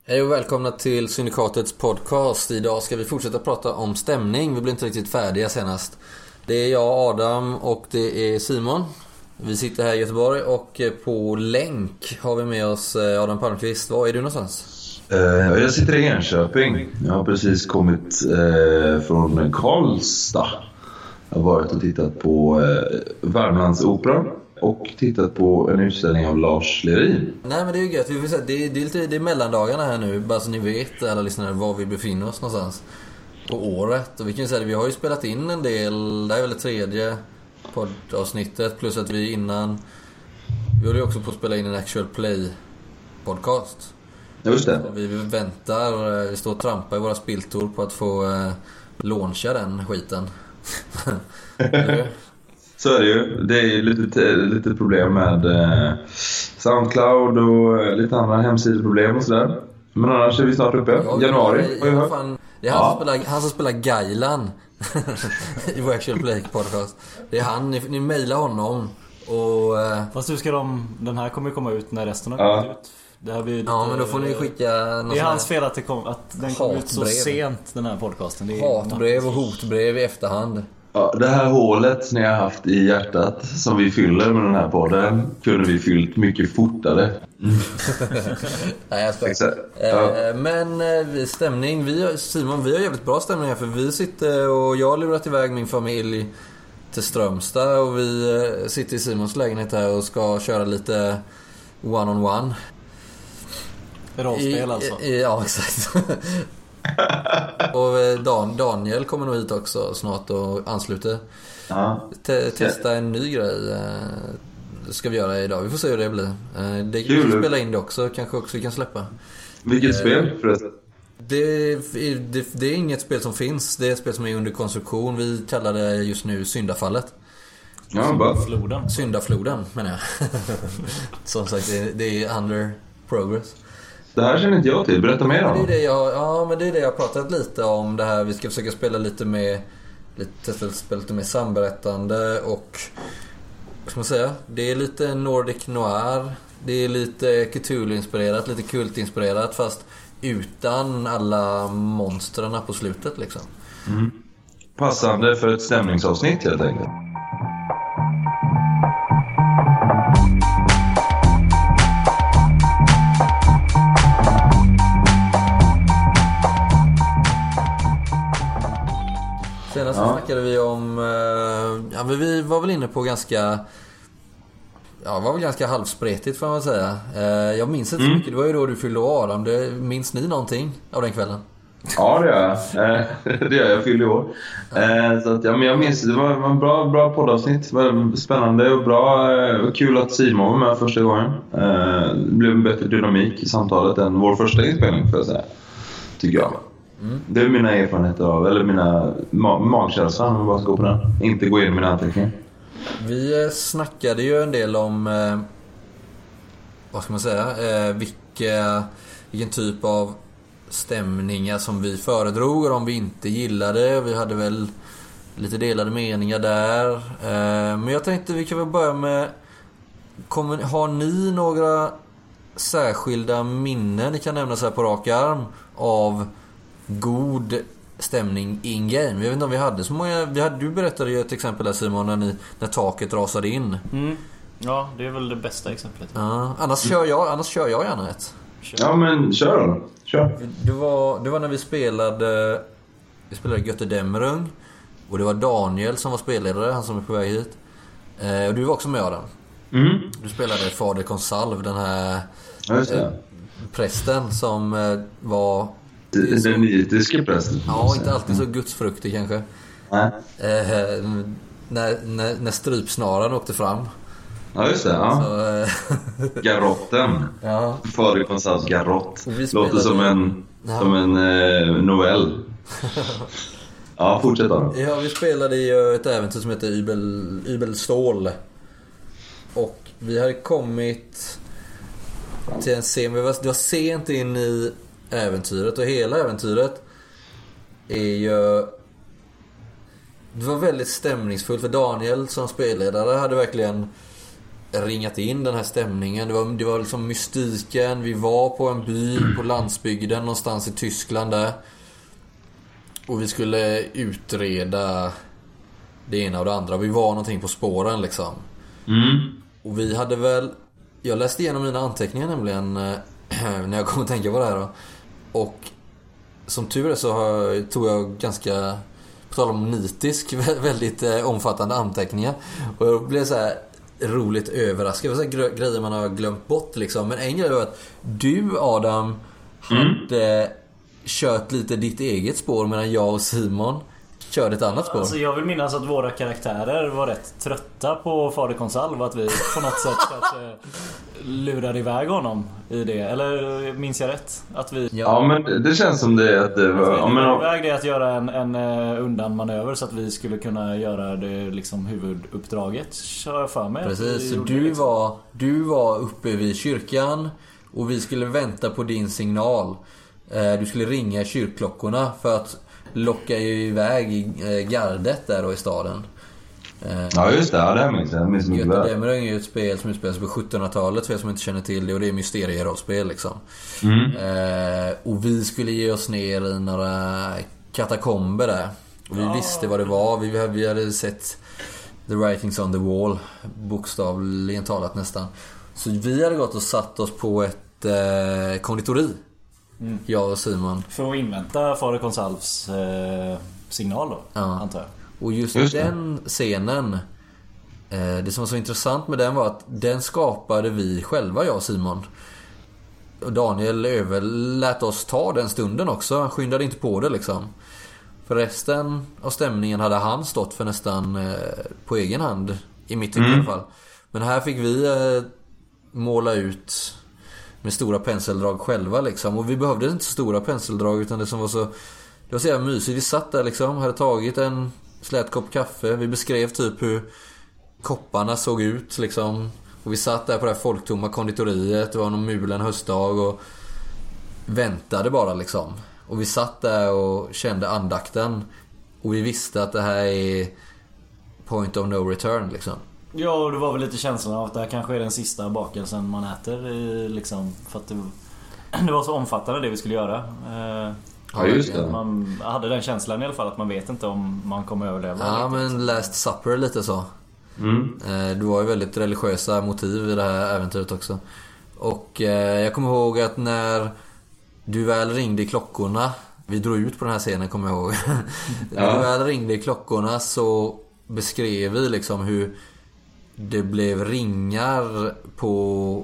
Hej och välkomna till Syndikatets podcast. Idag ska vi fortsätta prata om stämning. Vi blev inte riktigt färdiga senast. Det är jag, Adam, och det är Simon. Vi sitter här i Göteborg och på länk har vi med oss Adam Palmqvist. Var är du någonstans? Jag sitter i Enköping. Jag har precis kommit från Karlstad. Jag har varit och tittat på Värmlands opera och tittat på en utställning av Lars Lerin. Nej, men det är ju gött. Vi vill säga, det är mellandagarna här nu. Bara så ni vet, alla lyssnare, var vi befinner oss någonstans på året. Och vi kan ju säga att vi har ju spelat in en del. Det är väl det tredje poddavsnittet. Plus att vi innan, vi håller ju också på att spela in en actual play podcast. Just det. Vi väntar, vi står och trampar i våra spiltor på att få launcha den skiten. Så är det ju. Det är lite problem med Soundcloud och lite andra hemsideproblem och sådär. Men annars är vi snart uppe. Januari. Det är han som spelar Gailan i vår actual play podcast. Det är han, ni mejlar honom. Och fast nu ska den här kommer komma ut när resten har kommit ut. Det har blivit, ja, men då får ni skicka det är hans fel att den kom ut så sent, den här podcasten. Det är hatbrev och hotbrev i efterhand. Ja, det här hålet ni har haft i hjärtat som vi fyller med den här podden kunde vi fyllt mycket fortare. Nej, men stämning, Simon, vi har jävligt bra stämning här, för vi sitter och jag har lurat iväg min familj till Strömstad och vi sitter i Simons lägenhet här och ska köra lite one-on-one. Rollspel alltså. Ja, exakt. Och Daniel kommer nog hit också snart och ansluter. Testa en ny grej. Ska vi göra idag. Vi får se hur det blir. Det kan vi spela in det också. Kanske också vi kan släppa. Vilket spel förresten? Det är inget spel som finns. Det är ett spel som är under konstruktion. Vi kallar det just nu Syndafallet. Syndafloden menar jag. Som sagt, det är under progress. Det här känner inte jag till. Berätta mer om det. Men det är det jag har pratat lite om. Det här, vi ska försöka spela lite mer samberättande. Och vad ska man säga? Det är lite Nordic Noir. Det är lite Cthulhu-inspirerat, lite kultinspirerat, fast utan alla monsterna på slutet liksom. Passande för ett stämningsavsnitt helt enkelt. Senast snackade vi om men vi var väl inne på ganska halvspretigt får man säga. Jag minns inte så mycket. Det var ju då du fyllde år, Adam. Minns ni någonting av den kvällen? Ja, det gör jag. Det gör jag, fyllde år. Så att, men jag minns det var en bra poddavsnitt. Det var spännande och bra. Kul att Simon var med första gången. Det blev en bättre dynamik i samtalet än vår första inspelning, för att säga. Tycker jag. Det är mina erfarenheter av, eller mina magkänslan, om jag bara ska gå på den. Inte gå in i mina anteckningar. Vi snackade ju en del om vad ska man säga, vilken typ av stämningar som vi föredrog och om vi inte gillade. Vi hade väl lite delade meningar där. Men jag tänkte vi kan väl börja med, har ni några särskilda minnen ni kan nämna så här på rak arm av god stämning in-game? Jag vet inte om vi hade så många. Du berättade ju ett exempel där, Simon, när taket rasade in. Ja, det är väl det bästa exemplet. Ja, annars kör jag gärna ett. Ja, men kör då. Kör. Det var när vi spelade Götterdämmerung. Och det var Daniel som var spelledare, han som är på väg hit. Och du var också med den. Du spelade Fader Consalv, den här prästen som var den nitiska prästen. Ja, inte alltid så gudsfruktig kanske. Nej. När strypsnaran åkte fram. Ja, just det. Ja. Så, Garotten. Ja. Fader Consalvs garott. Låter som en novell. Ja, fortsätt då. Ja, vi spelade ju ett äventyr som heter Ybelstål. Och vi hade kommit till en scen. Det var sent in i äventyret. Och hela äventyret är ju... Det var väldigt stämningsfullt, för Daniel som spelledare hade verkligen ringat in den här stämningen. Det var liksom mystiken. Vi var på en by på landsbygden någonstans i Tyskland där. Och vi skulle utreda det ena och det andra. Vi var någonting på spåren liksom. Och vi hade väl... Jag läste igenom mina anteckningar nämligen när jag kom att tänka på det här då. Och som tur är så tog jag ganska, på tal om nitisk, väldigt omfattande anteckningar. Och jag blev så här roligt överraskad. Det var så här grejer man har glömt bort liksom. Men en grej var att du, Adam, hade kört lite ditt eget spår, medan jag och Simon körde ett annat spår. Alltså jag vill minnas att våra karaktärer var rätt trötta på Fader Consalv, att vi på något sätt kanske lurade iväg honom i det. Eller minns jag rätt? Att vi... Ja, men det känns som det att det var... Att vi lurade iväg det att göra en undanmanöver så att vi skulle kunna göra det liksom huvuduppdraget. Kör jag för mig. Precis, så du var uppe vid kyrkan och vi skulle vänta på din signal. Du skulle ringa kyrkklockorna för att locka iväg gardet där då i staden. Ja just det, det minns jag. Götterdämmer är ju ett spel som utspelas på 1700-talet för er som inte känner till det, och det är mysterierollspel liksom. Och vi skulle ge oss ner i några katakomber där. Och vi visste vad det var. Vi hade sett the writings on the wall, bokstavligen talat nästan. Så vi hade gått och satt oss på ett konditori. Jag och Simon. För att invänta Fader Consalvs signal då, antar jag. Och just den scenen, det som var så intressant med den var att den skapade vi själva, jag och Simon. Och Daniel överlät oss ta den stunden också. Han skyndade inte på det liksom. För resten av stämningen hade han stått för nästan på egen hand, i mitt tycke i alla fall. Men här fick vi måla ut med stora penseldrag själva liksom. Och vi behövde inte så stora penseldrag, utan det som var så... Det var så jävla mysigt. Vi satt där liksom, hade tagit en slät kopp kaffe. Vi beskrev typ hur kopparna såg ut liksom. Och vi satt där på det här folktomma konditoriet. Det var någon mulen höstdag och väntade bara liksom. Och vi satt där och kände andakten. Och vi visste att det här är point of no return liksom. Ja, och det var väl lite känslan av att det här kanske är den sista bakelsen man äter liksom, för att det var så omfattande det vi skulle göra. Ja, just det. Man hade den känslan i alla fall att man vet inte om man kommer överleva. Ja, men Last Supper lite så. Det var ju väldigt religiösa motiv i det här äventyret också. Och jag kommer ihåg att när du väl ringde i klockorna, vi drog ut på den här scenen kommer jag ihåg. När du väl ringde i klockorna så beskrev vi liksom hur det blev ringar på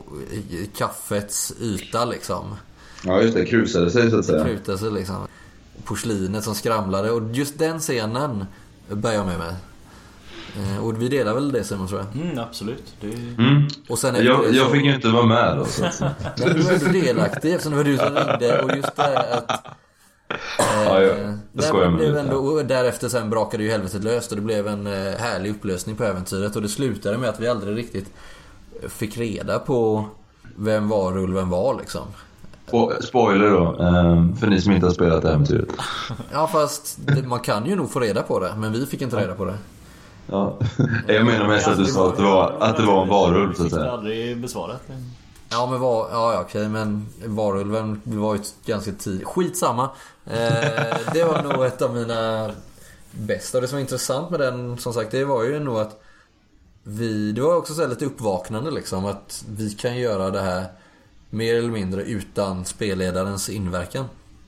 kaffets yta liksom. Ja just det, krusade sig så att säga. Krutade sig liksom. Porslinet som skramlade. Och just den scenen bär jag med mig. Och vi delar väl det, Simon, tror jag. Absolut. Och sen jag fick ju inte vara med då, så att säga. Du var inte delaktig eftersom det var du som ringde. Och just det att och därefter sen brakade ju helvetet löst. Och det blev en härlig upplösning på äventyret. Och det slutade med att vi aldrig riktigt fick reda på vem varulven var liksom. Spoiler då, för ni som inte har spelat äventyret. Ja, fast man kan ju nog få reda på det. Men vi fick inte reda på det. Ja. Jag menar mest att du sa att det var en varulv, så att säga. Jag aldrig besvarat. Ja, men okej, men varulven var ju ganska tidigt. Skitsamma. Det var nog ett av mina bästa. Och det som var intressant med den, som sagt, det var ju nog att det var också så lite uppvaknande liksom, att vi kan göra det här mer eller mindre utan spelledarens inverkan.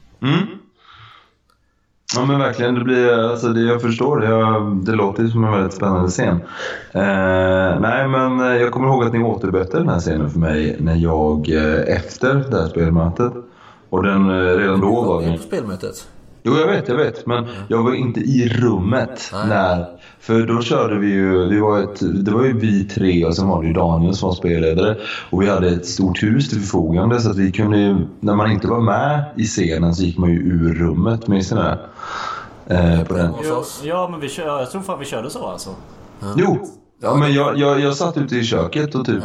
Ja men verkligen, det blir, alltså det jag förstår, det låter som en väldigt spännande scen. Nej men jag kommer ihåg att ni återberättade den här scenen för mig när jag efter det här spelmötet. Och den redan då var på spelmötet. Jo jag vet, men jag var inte i rummet för då körde vi ju, det var ju vi tre och sen var det ju Daniel som var spelledare och vi hade ett stort hus till förfogande så att vi kunde ju, när man inte var med i scenen så gick man ju ur rummet med sån där på den. Ja men jag tror fan vi körde så alltså. Jo. Ja men jag satt ute i köket och typ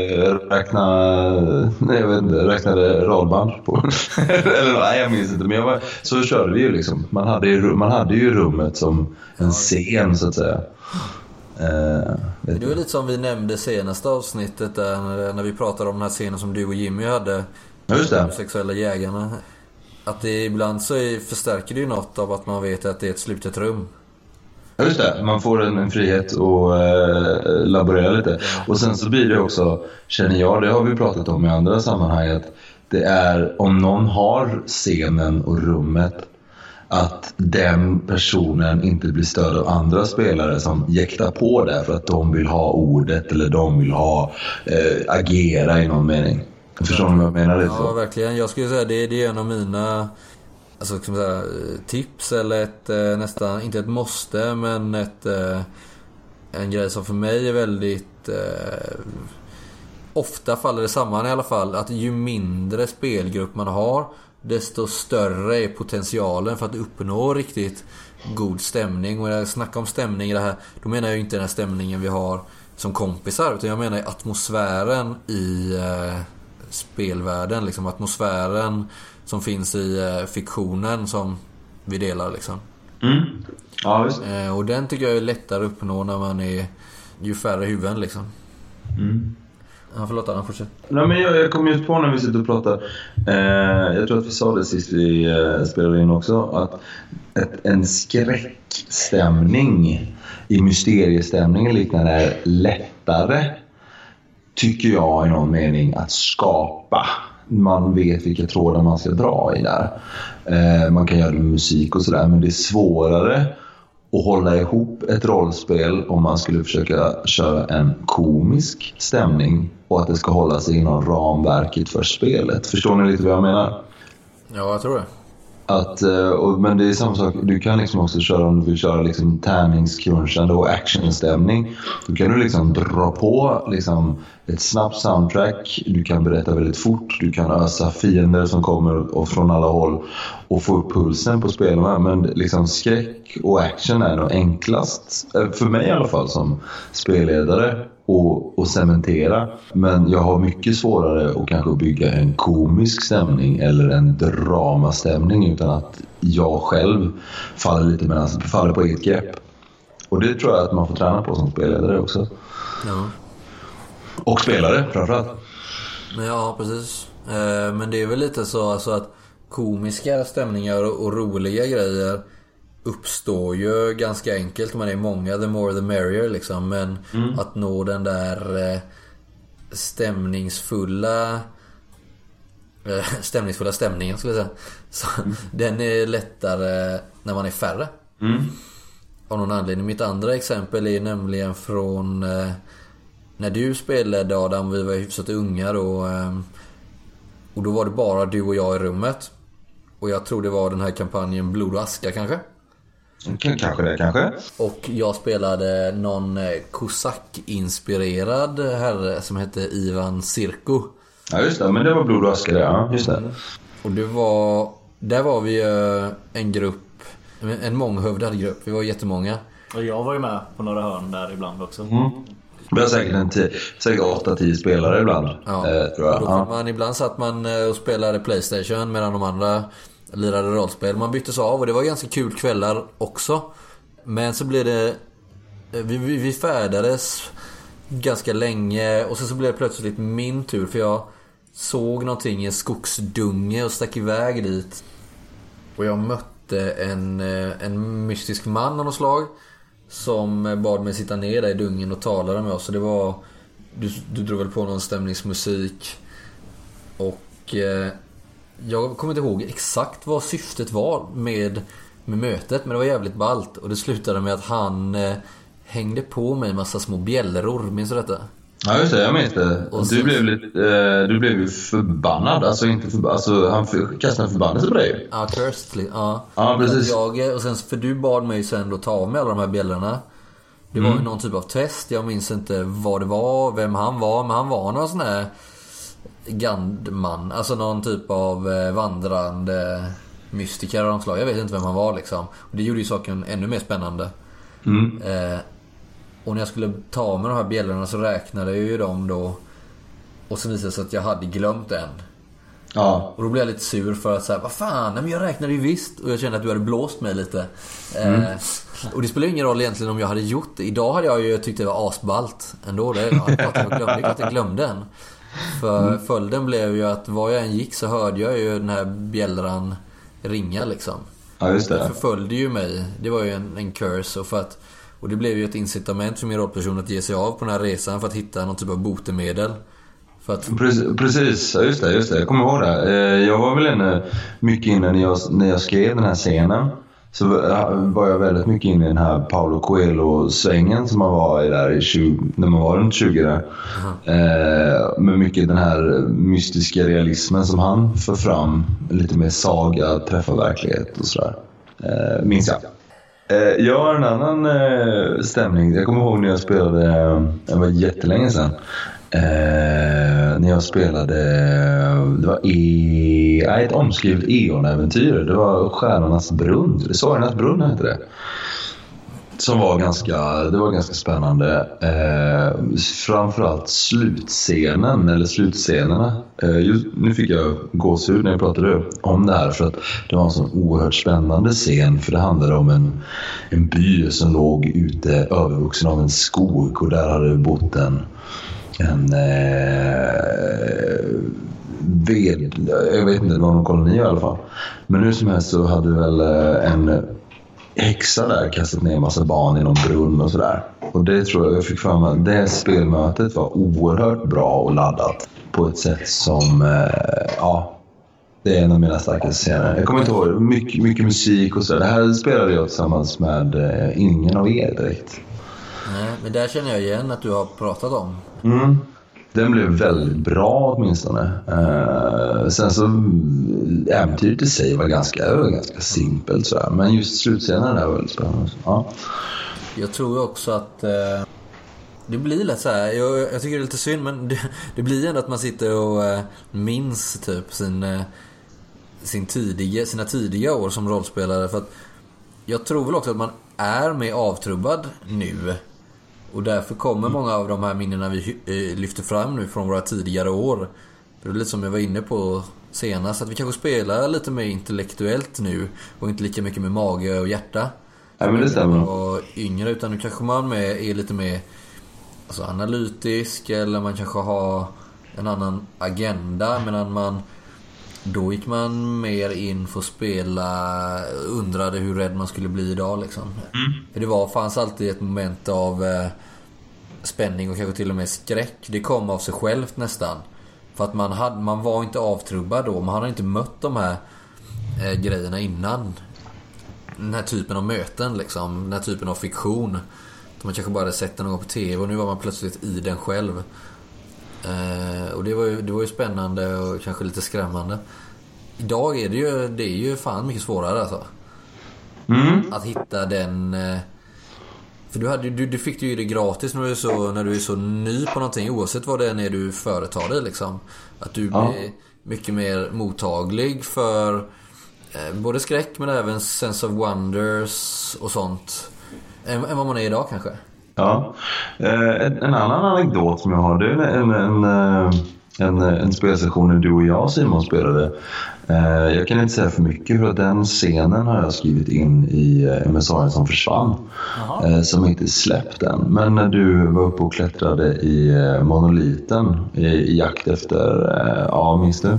räknade radband på. Eller nej, jag minns inte, men så körde vi ju liksom. Man hade ju rummet som en scen så att säga. Det var lite som vi nämnde senaste avsnittet där, när vi pratade om den här scenen som du och Jimmy hade. Ja, just det. De sexuella jägarna. Att det ibland så förstärker det ju något av att man vet att det är ett slutet rum. Ja, just det. Man får en frihet att laborera lite. Ja. Och sen så blir det också, känner jag, det har vi pratat om i andra sammanhang, att det är om någon har scenen och rummet, att den personen inte blir störd av andra spelare som jäktar på det för att de vill ha ordet eller de vill ha agera i någon mening. Förstår ni vad jag menar? Ja, verkligen. Jag skulle säga det är en av mina, alltså, kan man säga, tips, eller ett nästan, inte ett måste, men en grej som för mig är väldigt ofta faller det samman i alla fall, att ju mindre spelgrupp man har, desto större är potentialen för att uppnå riktigt god stämning. Och när jag snackar om stämning i det här, då menar jag inte den här stämningen vi har som kompisar, utan jag menar atmosfären i spelvärlden, liksom atmosfären som finns i fiktionen som vi delar liksom. Ja, visst. Och den tycker jag är lättare att uppnå när man är ju färre huvuden liksom. Ja, förlåt Anna, fortsätt. Nej, men jag kom just på när vi sitter och pratar, jag tror att vi sa det sist vi spelade in också, att en skräckstämning i mysteriestämningen liknande är lättare, tycker jag, i någon mening att skapa. Man vet vilka trådar man ska dra i där. Man kan göra det med musik och sådär, men det är svårare att hålla ihop ett rollspel om man skulle försöka köra en komisk stämning och att det ska hålla sig inom ramverket för spelet. Förstår ni lite vad jag menar? Ja, jag tror det. Men det är samma sak. Du kan liksom också köra, om du vill köra liksom tärningskrunchande och actionstämning, då kan du liksom dra på liksom ett snabbt soundtrack. Du kan berätta väldigt fort. Du kan ösa fiender som kommer och från alla håll och få upp pulsen på spelarna. Men liksom skräck och action är nog enklast, för mig i alla fall som spelledare, och cementera. Men jag har mycket svårare att kanske bygga en komisk stämning eller en dramastämning utan att jag själv faller på eget grepp. Och det tror jag att man får träna på som spelledare också. Ja. Och spelare framförallt. Ja, precis. Men det är väl lite så alltså att komiska stämningar och roliga grejer uppstår ju ganska enkelt. Man är många, the more the merrier liksom. Men att nå den där stämningsfulla stämningen skulle jag säga. Så, den är lättare när man är färre. Av någon anledning. Mitt andra exempel är nämligen från när du spelade, Adam. Vi var hyfsat unga då. Och då var det bara du och jag i rummet. Och jag tror det var den här kampanjen Blod och aska kanske. Kanske. Och jag spelade någon kosack-inspirerad herre som hette Ivan Sirko. Ja, just det. Men det var Blod och aska, ja. Just det. Och där var vi en grupp, en månghövdad grupp. Vi var jättemånga. Och jag var ju med på några hörn där ibland också. Det var säkert 8-10 spelare ibland, tror jag. Då ibland satt man och spelade PlayStation medan de andra lirade rollspel. Man byttes av och det var ganska kul kvällar också. Men så blev det vi färdades ganska länge och sen så blev det plötsligt min tur, för jag såg någonting i en skogsdunge och stack iväg dit. Och jag mötte en mystisk man av något slag som bad mig sitta ner där i dungen och talade med oss. Så det var du drog väl på någon stämningsmusik och jag kommer inte ihåg exakt vad syftet var med mötet, men det var jävligt ballt. Och det slutade med att han hängde på mig en massa små bjällror. Minns du detta? Ja, just det, jag minns det. Och du blev ju förbannad. Alltså han kastade en förbannelse på dig. Ja, cursed. Ja, precis. Och sen, för du bad mig sen då ta av mig alla de här bjällrorna. Det var ju någon typ av test. Jag minns inte vad det var, vem han var, men han var någon sån här gandman, alltså någon typ av vandrande mystiker av något slag. Jag vet inte vem han var liksom. Och det gjorde ju saken ännu mer spännande. Och när jag skulle ta med de här bjällrorna så räknade jag ju dem då. Och så visade det sig att jag hade glömt en. Ja. Och då blev jag lite sur för att säga, vad fan, men jag räknade ju visst. Och jag kände att du hade blåst mig lite. Och det spelar ingen roll egentligen om jag hade gjort det. Idag hade jag ju tyckt det var asballt ändå. Det är klart jag glömde den. För följden blev ju att var jag än gick så hörde jag ju den här bjällran ringa liksom. Ja, just det. Det förföljde ju mig. Det var ju en curse. Och det blev ju ett incitament för min rollperson att ge sig av på den här resan för att hitta någon typ av botemedel. Precis, just det. Jag kommer ihåg det. Jag var väl inne mycket inne när jag skrev den här scenen. Så var jag väldigt mycket inne i den här Paulo Coelho-svängen som man var i där när man var runt 20 där. Med mycket den här mystiska realismen som han för fram. Lite mer saga, träffa verklighet och sådär. Minns jag. Jag har en annan stämning. Jag kommer ihåg när jag spelade, det var jättelänge sedan. När jag spelade, det var ett omskrivet Eon-äventyr. Det var Stjärnornas brunn. Det Sorgernas brunn hette det. Som var ganska spännande. Framförallt slutscenerna. Nu fick jag gåshud när jag pratade om det här. För att det var en sån oerhört spännande scen. För det handlade om en by som låg ute övervuxen av en skog. Och där hade det bott jag vet inte, det var någon koloni i alla fall. Men nu som helst så hade väl en häxa där kastat ner en massa barn i någon brunn och sådär. Och det tror jag fick fram att det spelmötet var oerhört bra och laddat på ett sätt som det är en av mina starkaste scener. Jag kommer inte ihåg, mycket musik och så. Det här spelade jag tillsammans med ingen av er direkt. Nej, men där känner jag igen att du har pratat om. Den blev väldigt bra åtminstone. Sen så äventyret i sig var ganska simpelt så här. Men just slutscenen där var väldigt spännande. Ja. Jag tror också att det blir lätt så här. Jag tycker det är lite synd, men det blir ändå att man sitter och minns typ sina tidiga år som rollspelare. För att jag tror väl också att man är mer avtrubbad nu. Och därför kommer många av de här minnena vi lyfter fram nu från våra tidigare år. Det är lite som jag var inne på senast, att vi kanske spelar lite mer intellektuellt nu och inte lika mycket med mage och hjärta. Ja, men det stämmer. Och yngre, utan nu kanske man är lite mer analytisk, eller man kanske har en annan agenda, medan då gick man mer in för att spela, undrade hur rädd man skulle bli idag liksom. För det fanns alltid ett moment av spänning och kanske till och med skräck. Det kom av sig självt nästan. För att man var inte avtrubbad då. Man hade inte mött de här grejerna innan. Den här typen av möten liksom. Den här typen av fiktion. Man kanske bara hade sett den någon på tv och nu var man plötsligt i den själv. Och det var ju spännande och kanske lite skrämmande. Idag är det är ju fan mycket svårare alltså. Att hitta den. För du fick ju det gratis när du är så ny på någonting, oavsett vad det är när du företar dig liksom. Att du blir mycket mer mottaglig för både skräck men även sense of wonders och sånt än vad man är idag kanske. Ja. En annan anekdot som jag har, det är en spelsession där du och jag, Simon, spelade. Jag kan inte säga för mycket för att den scenen har jag skrivit in i MSA:en som försvann. Som inte släppt än. Men när du var uppe och klättrade i monoliten i jakt efter, minns du?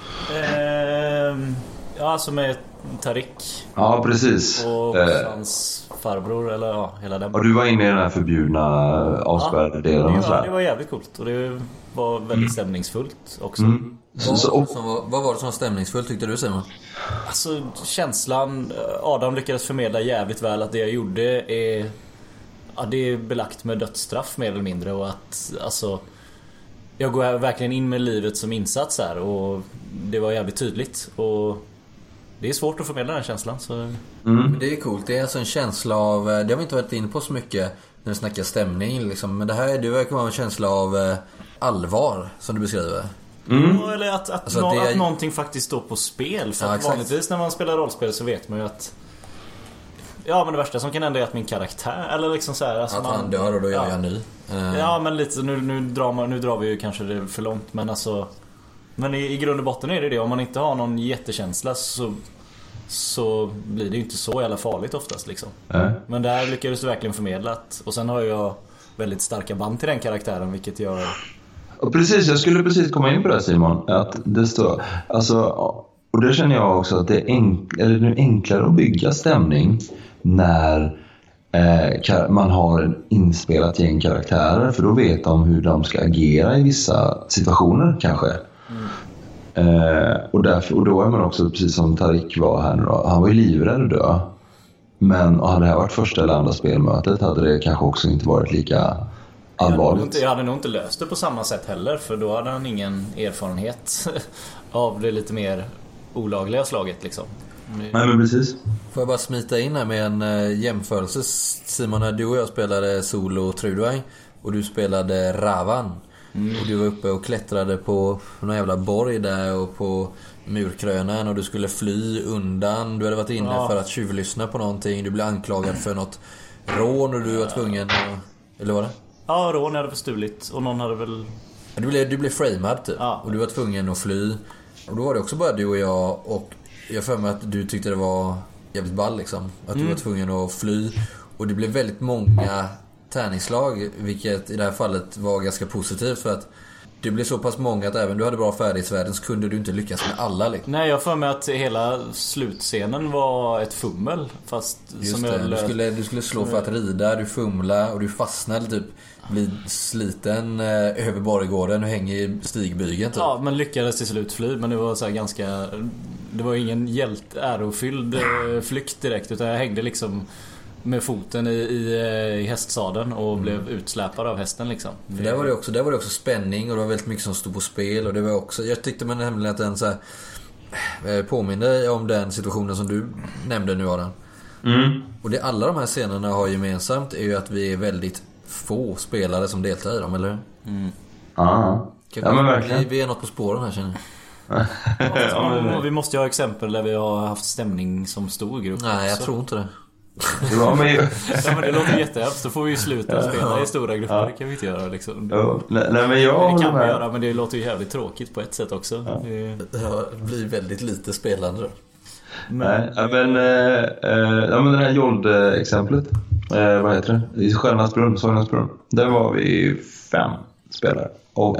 Ja, som är Tarik. Ja, precis. Och hans farbror, eller hela den. Och du var inne i den här förbjudna avspärrade delen och sådär. Det var jävligt coolt och det var väldigt stämningsfullt också. Vad var det som var stämningsfullt tyckte du, Simon? Alltså känslan, Adam lyckades förmedla jävligt väl att det jag gjorde det är belagt med dödsstraff mer eller mindre, och att alltså jag går verkligen in med livet som insats här, och det var jävligt tydligt, och det är svårt att förmedla den känslan så. Det är coolt, det är alltså en känsla av, det har vi inte varit inne på så mycket när vi snackar stämning liksom, men det verkar vara en känsla av allvar som du beskriver. Eller att någonting faktiskt står på spel. För att vanligtvis när man spelar rollspel så vet man ju att men det värsta som kan hända är att min karaktär, eller liksom så här, alltså att han dör och då gör jag ny. Ja, men lite nu drar vi ju kanske det för långt, men alltså Men i grund och botten är det. Om man inte har någon jättekänsla så blir det ju inte så jävla farligt oftast liksom. Men där lyckades du verkligen förmedla och sen har jag väldigt starka band till den karaktären, vilket gör... Och precis, jag skulle precis komma in på det, Simon, att det står, alltså, och det känner jag också att det är enklare att bygga stämning när man har en inspelat gäng karaktärer, för då vet de hur de ska agera i vissa situationer kanske. Och då är man också, precis som Tarik var här nu då, han var ju livrädd att dö. Men hade det här varit första eller andra spelmötet hade det kanske också inte varit lika allvarligt. Jag hade nog inte löst det på samma sätt heller, för då hade han ingen erfarenhet av det lite mer olagliga slaget liksom. Nej, men precis. Får jag bara smita in här med en jämförelse, Simon, när du och jag spelade solo Trudvang och du spelade Ravan. Och du var uppe och klättrade på någon jävla borg där och på murkrönen och du skulle fly undan. Du hade varit inne för att tjuvlyssna på någonting. Du blev anklagad för något rån och du var tvungen att... Eller var det? Ja, rån hade förstulit och någon hade väl... Du blev framad typ. Och du var tvungen att fly. Och då var det också bara du och jag, och jag för mig att du tyckte det var jävligt ball liksom. Att du var tvungen att fly. Och det blev väldigt många tärningsslag, vilket i det här fallet var ganska positivt, för att det blev så pass många att även du hade bra färdighetsvärden så kunde du inte lyckas med alla liksom. Nej, jag för mig att hela slutscenen var ett fummel, fast just som det, du skulle slå för att rida, du fumla och du fastnade typ, blir sliten över borggården och hänger i stigbygeln typ. Ja, men lyckades till slut fly, men det var så här ganska, det var ingen ärofylld flykt direkt, utan jag hängde liksom med foten i hästsadeln och blev utsläpad av hästen liksom. För där var det också spänning och det var väldigt mycket som stod på spel, och det var också, jag tyckte man nämligen att den så här påminner om den situationen som du nämnde nu, Adam. Och det alla de här scenerna har gemensamt är ju att vi är väldigt få spelare som deltar i dem, eller hur? Ja, men verkligen. Vi är något på spåren här, känner jag. Vi måste ju ha exempel där vi har haft stämning som stor grupp. Nej, jag tror inte det. Ja, men det låter jättehäftigt. Så får vi ju sluta spela i stora grupper. Det kan vi inte göra liksom. Nej, men det kan vi göra, men det låter ju jävligt tråkigt på ett sätt också. Det blir väldigt lite spelande då. Men den här Jold-exemplet, vad heter det? I Sorgnadsbrunn. Där var vi 5 spelare.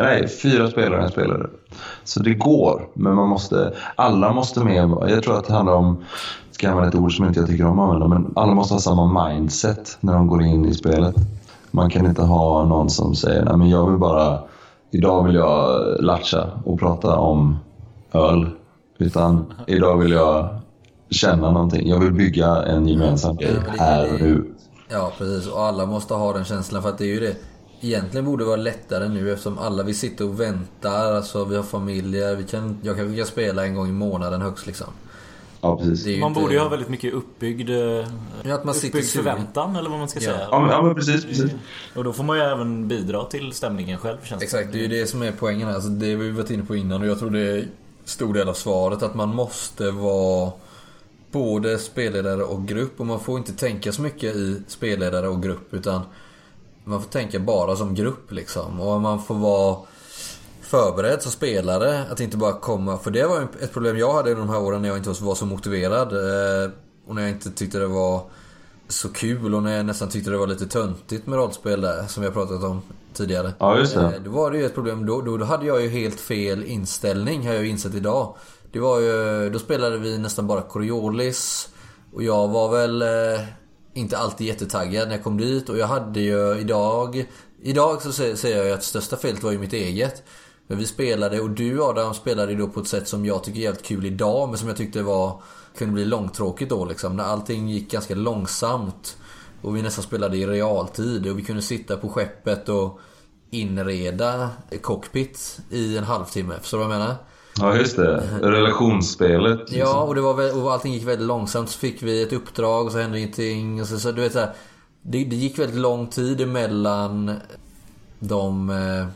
4 spelare en spelare. Så det går, men alla måste med. Jag tror att det handlar om, ska jag använda ett ord som inte jag tycker om att använda, men alla måste ha samma mindset när de går in i spelet. Man kan inte ha någon som säger, nej men idag vill jag latcha och prata om öl, utan idag vill jag känna någonting. Jag vill bygga en gemensam grej här och nu. Ja, precis. Och alla måste ha den känslan, för att det är ju det. Egentligen borde det vara lättare nu, eftersom alla vi sitter och väntar. Alltså vi har familjer, jag kan spela en gång i månaden högst liksom. Ja, precis. Man borde ju ha väldigt mycket uppbyggd förväntan, eller vad man ska säga. Ja, men precis. Och då får man ju även bidra till stämningen själv, känns exakt, det är ju det som är poängen. Alltså, det vi varit inne på innan, och jag tror det är stor del av svaret, att man måste vara både spelledare och grupp. Och man får inte tänka så mycket i spelledare och grupp, utan man får tänka bara som grupp liksom. Och man får vara förberedd som spelare, att inte bara komma. För det var ett problem jag hade i de här åren när jag inte var så motiverad, och när jag inte tyckte det var så kul, och när jag nästan tyckte det var lite töntigt med rollspel där, som jag pratat om tidigare. Ja, just det. Då var det ju ett problem. Då hade jag ju helt fel inställning, har jag ju insett idag. Det var ju, då spelade vi nästan bara Coriolis, och jag var väl inte alltid jättetaggad när jag kom dit. Och jag hade ju idag så säger jag ju att största felet var ju mitt eget. Men vi spelade, och du Adam spelade då på ett sätt som jag tycker är helt kul idag, men som jag tyckte kunde bli långtråkigt då liksom, när allting gick ganska långsamt och vi nästan spelade i realtid, och vi kunde sitta på skeppet och inreda cockpit i en halvtimme. Förstår du vad jag menar? Ja, just det. Relationsspelet liksom. Ja, och allting gick väldigt långsamt. Så fick vi ett uppdrag och så hände ingenting, och så du vet så här, det gick väldigt lång tid emellan de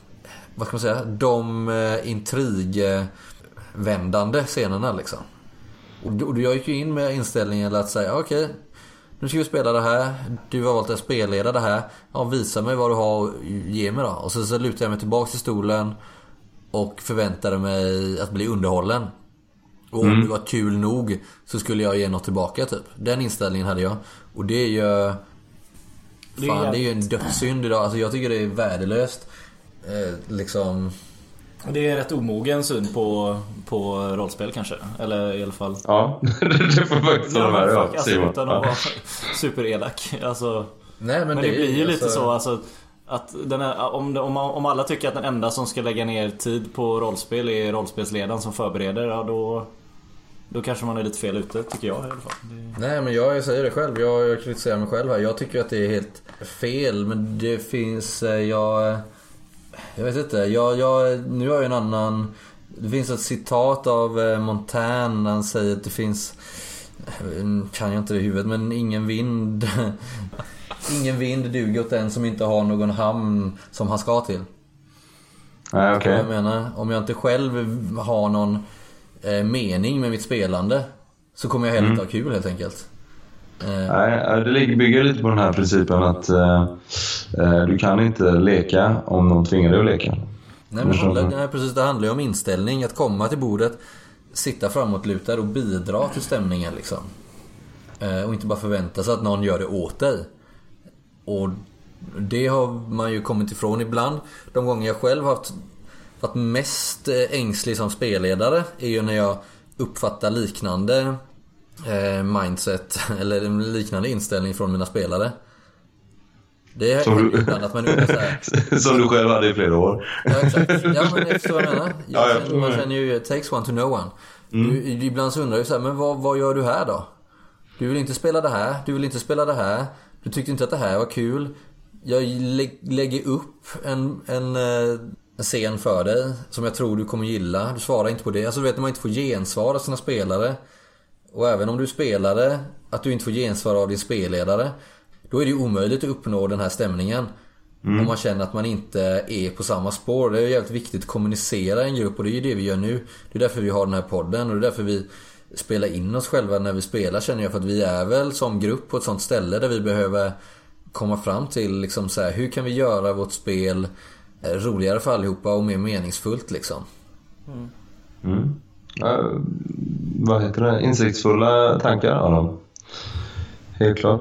intrigvändande scenerna liksom. Och jag gick ju in med inställningen att säga okej, nu ska vi spela det här. Du har valt att spelleda det här. Ja, visa mig vad du har och ge mig då. Och så lutar jag mig tillbaka till stolen och förväntade mig att bli underhållen. Och om det var kul nog så skulle jag ge något tillbaka typ. Den inställningen hade jag. Och det är ju... Fan, det är ju en dödssynd idag. Alltså jag tycker det är värdelöst. Liksom... Det är en rätt omogen syn på rollspel kanske. Eller i alla fall... Ja, det får faktiskt vara med. Ja, alltså, utan att vara superelak. Alltså, nej, men det blir ju lite så alltså, att den här, om alla tycker att den enda som ska lägga ner tid på rollspel är rollspelsledaren som förbereder, ja, då kanske man är lite fel ute, tycker jag i alla fall. Nej, men jag säger det själv. Jag kritiserar mig själv här. Jag tycker att det är helt fel. Men det finns... Jag vet inte. Nu har jag en annan... Det finns ett citat av Montaigne. Han säger att det finns... Kan jag inte det i huvudet, men ingen vind duger åt den som inte har någon hamn som han ska till. Nej, okej. Jag menar, om jag inte själv har någon mening med mitt spelande så kommer jag heller inte ha kul helt enkelt. Nej, det bygger lite på den här principen att du kan inte leka om någon tvingar dig att leka. Nej, men precis, det handlar ju om inställning. Att komma till bordet, sitta framåtlutad och bidra till stämningen liksom. Och inte bara förvänta sig att någon gör det åt dig. Och det har man ju kommit ifrån ibland. De gånger jag själv har varit mest ängslig som spelledare är ju när jag uppfattar liknande mindset eller liknande inställning från mina spelare. Det är ju ibland att man undrar så här, som du själv hade i flera år. Ja, exakt. Ja, men jag förstår vad jag menar. Man känner ju it takes one to know one. Ibland så undrar jag så här, men vad gör du här då? Du vill inte spela det här, du vill inte spela det här. Du tyckte inte att det här var kul. Jag lägger upp en scen för dig som jag tror du kommer gilla. Du svarar inte på det. Alltså du vet, när man inte får gensvar av sina spelare. Och även om du spelade att du inte får gensvar av din spelledare, då är det ju omöjligt att uppnå den här stämningen. Om man känner att man inte är på samma spår. Det är jävligt viktigt att kommunicera i en grupp. Och det är ju det vi gör nu. Det är därför vi har den här podden. Och det är därför vi spelar in oss själva när vi spelar, känner jag. För att vi är väl som grupp på ett sånt ställe där vi behöver komma fram till liksom så här, hur kan vi göra vårt spel roligare för allihopa och mer meningsfullt liksom. Vad heter det? Insiktsfulla tankar, Adam. Helt klart.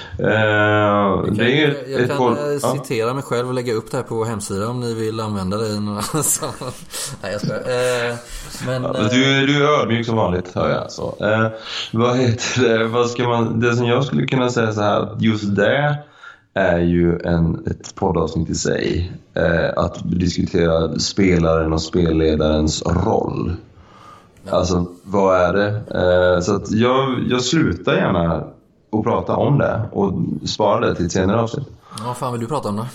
Jag kan citera mig själv och lägga upp det här på vår hemsida om ni vill använda det i några sammanhang. Nej, jag skojar. Men du är ödmjuk som vanligt, hör jag. Så. Vad heter det? Vad ska man... Det som jag skulle kunna säga så här, just det är ju ett poddavsnitt i sig. Att diskutera spelaren och spelledarens roll. Alltså, vad är det? Så att jag slutar gärna och prata om det och spara det till ett senare avsnitt. Vad fan vill du prata om då?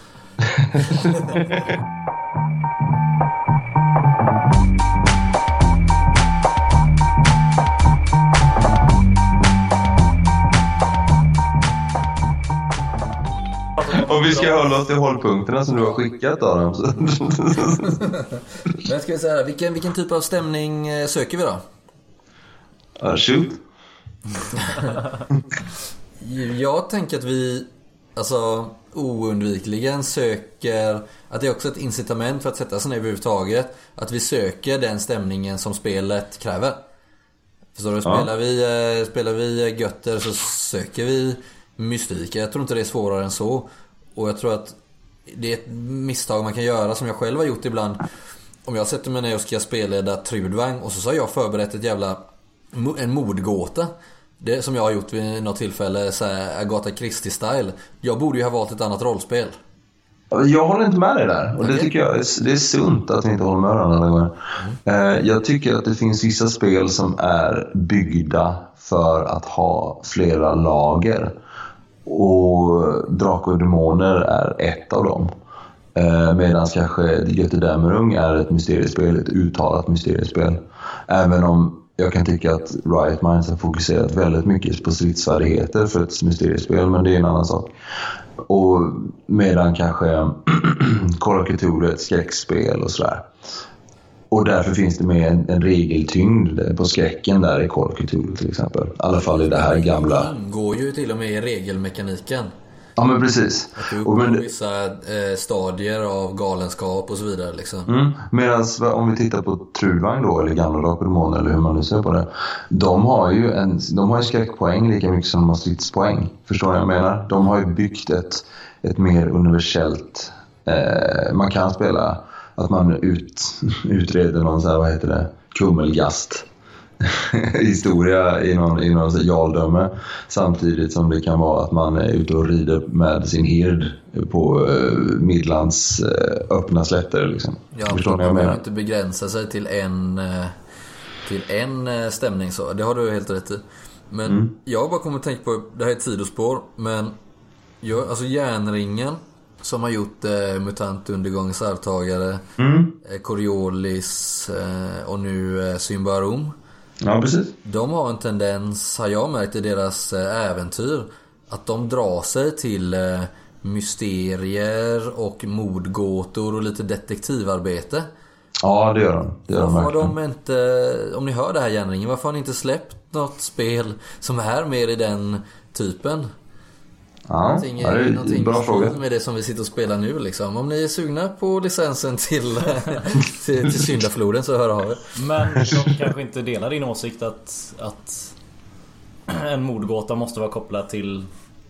Om vi ska hålla oss till hållpunkterna som du har skickat av dem. Men ska vi säga, vilken typ av stämning söker vi då? Shoot. Jag tänker att vi oundvikligen söker, att det är också ett incitament för att sätta sig ner överhuvudtaget, att vi söker den stämningen som spelet kräver. Förstår du? Spelar vi götter så söker vi mystik. Jag tror inte det är svårare än så. Och jag tror att det är ett misstag man kan göra, som jag själv har gjort ibland. Om jag sätter mig ner och ska spelleda Trudvang och så har jag förberett en mordgåta. Det som jag har gjort vid något tillfälle, så här Agatha Christie-style. Jag borde ju ha valt ett annat rollspel. Jag håller inte med dig där. Och det tycker jag det är sunt att vi inte håller med varandra. Jag tycker att det finns vissa spel som är byggda för att ha flera lager. Och Drakar och Demoner är ett av dem. Medan kanske Götterdämmerung är ett mysteriespel, ett uttalat mysteriespel. Även om jag kan tycka att Riot Minds har fokuserat väldigt mycket på stridsfärdigheter för ett mysteriespel, men det är en annan sak. Och medan kanske Call of Cthulhu är ett skräckspel och sådär. Och därför finns det med en regeltyngd på skräcken där i Call of Cthulhu till exempel. I alla fall i det här gamla. Det går ju till och med i regelmekaniken. Ja, men precis. Att du uppnår vissa stadier av galenskap och så vidare liksom. Medan om vi tittar på Trudvang då, eller Gamla Drak på Demoner, eller hur man nu ser på det. De har ju skräckpoäng lika mycket som de har stridspoäng. Förstår ni vad jag menar? De har ju byggt ett mer universellt... man kan spela att man utreder någon så här, vad heter det? Kummelgast. Historia i någon jarldöme, samtidigt som det kan vara att man är ute och rider med sin hird på Midlands öppna slätter liksom. Ja, förstår ni vad jag menar? Man kan inte begränsa sig till en stämning så. Det har du helt rätt i. Men jag har bara kommit att tänka på, det här är ett sidospår, men alltså Järnringen som har gjort Mutant Undergångens arvtagare, Coriolis och nu Symbarom. Ja, precis. De har en tendens, har jag märkt i deras äventyr, att de drar sig till mysterier och mordgåtor och lite detektivarbete. Ja, det gör de. Varför har de inte, om ni hör det här Järnringen, varför har ni inte släppt något spel som är mer i den typen? Ja, det är en bra fråga. Med det som vi sitter och spelar nu liksom. Om ni är sugna på licensen till Syndafloden så hör av er. Men de kanske inte delar din åsikt att en mordgåta måste vara kopplad till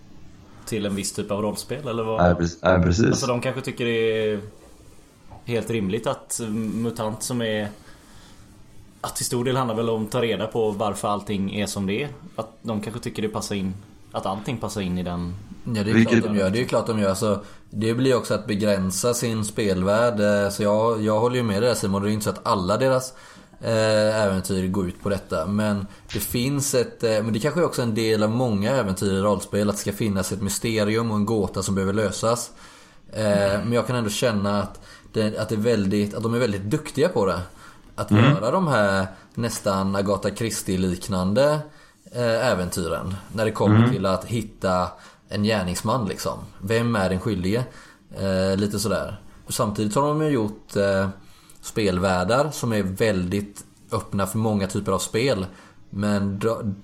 en viss typ av rollspel eller vad? Nej, precis. Alltså de kanske tycker det är helt rimligt att mutant som är, att till stor del handlar väl om att ta reda på varför allting är som det är. Att de kanske tycker det passar in, att allting passar in i den. Ja, det är klart de gör. Det är klart de gör. Så det blir också att begränsa sin spelvärld. Så jag håller ju med dig där, Simon. Det är inte så att alla deras äventyr går ut på detta. Men det finns men det kanske är också en del av många äventyr i rollspel, att det ska finnas ett mysterium och en gåta som behöver lösas. Men jag kan ändå känna att de är väldigt duktiga på det. Att göra de här nästan Agatha Christie-liknande äventyren. När det kommer till att hitta en gärningsman liksom. Vem är den skyldige? Lite sådär. Och samtidigt har de ju gjort spelvärldar som är väldigt öppna för många typer av spel. Men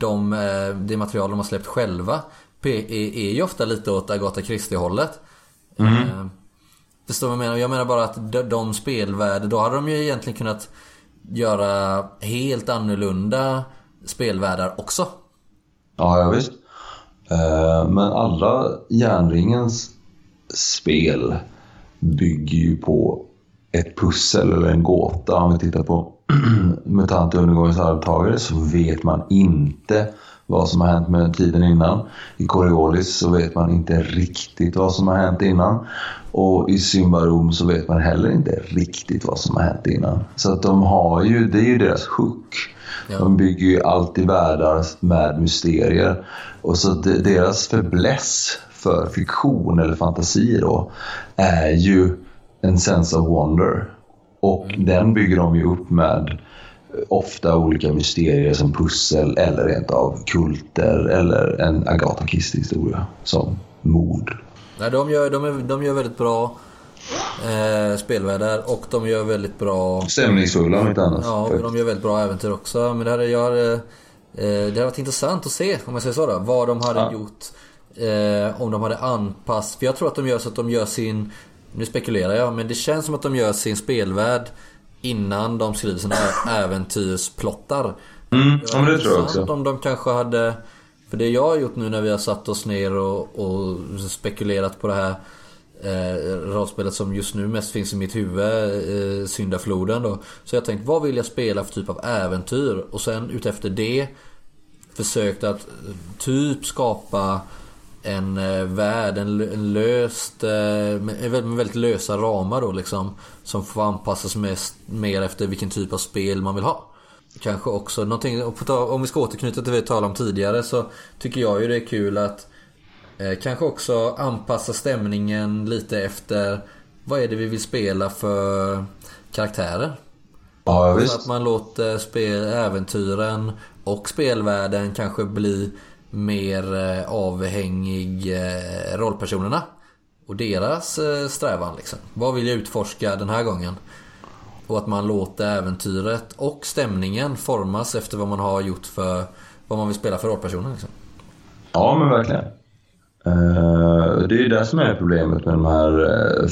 det material de har släppt själva är ju ofta lite åt Agatha Christie-hållet. Förstår vad jag menar? Jag menar bara att de spelvärldar, då hade de ju egentligen kunnat göra helt annorlunda spelvärldar också. Ja, visst. Men alla Järnringens spel bygger ju på ett pussel eller en gåta. Om vi tittar på Mutant Undergångens arvtagare så vet man inte vad som har hänt med tiden innan. I Coriolis så vet man inte riktigt vad som har hänt innan. Och i Symbarom så vet man heller inte riktigt vad som har hänt innan. Så att de har ju, det är ju deras hook. Ja. De bygger ju alltid världar med mysterier. Och så deras fäbless för fiktion eller fantasi då är ju en sense of wonder. Och den bygger de ju upp med ofta olika mysterier som pussel eller rent av kulter eller en Agatha Christie-historia som mord. Nej, de gör väldigt bra spelvärldar och de gör väldigt bra stämningsfulla om inte annat. Ja, och de gör väldigt bra äventyr också. Men det hade varit intressant att se, om jag säger så då, vad de hade gjort om de hade anpassat. För jag tror att de gör så att de gör sin, nu spekulerar jag, men det känns som att de gör sin spelvärld innan de skriver sina äventyrsplottar. Ja, men det tror jag också. Om de kanske hade, för det jag har gjort nu när vi har satt oss ner och spekulerat på det här rollspelet som just nu mest finns i mitt huvud, Syndafloden då. Så jag tänkte, vad vill jag spela för typ av äventyr? Och sen utefter det försökt att typ skapa en värld, en löst med väldigt lösa ramar då liksom, som får anpassas mer efter vilken typ av spel man vill ha. Kanske också någonting, om vi ska återknyta till det vi talade om tidigare, så tycker jag ju det är kul att kanske också anpassa stämningen lite efter vad är det vi vill spela för karaktärer. Ja, visst. Så att man låter äventyren och spelvärlden kanske bli mer avhängig rollpersonerna och deras strävan liksom. Vad vill jag utforska den här gången? Och att man låter äventyret och stämningen formas efter vad man har gjort för vad man vill spela för rollpersoner liksom. Ja, men verkligen. det är ju det som är problemet med de här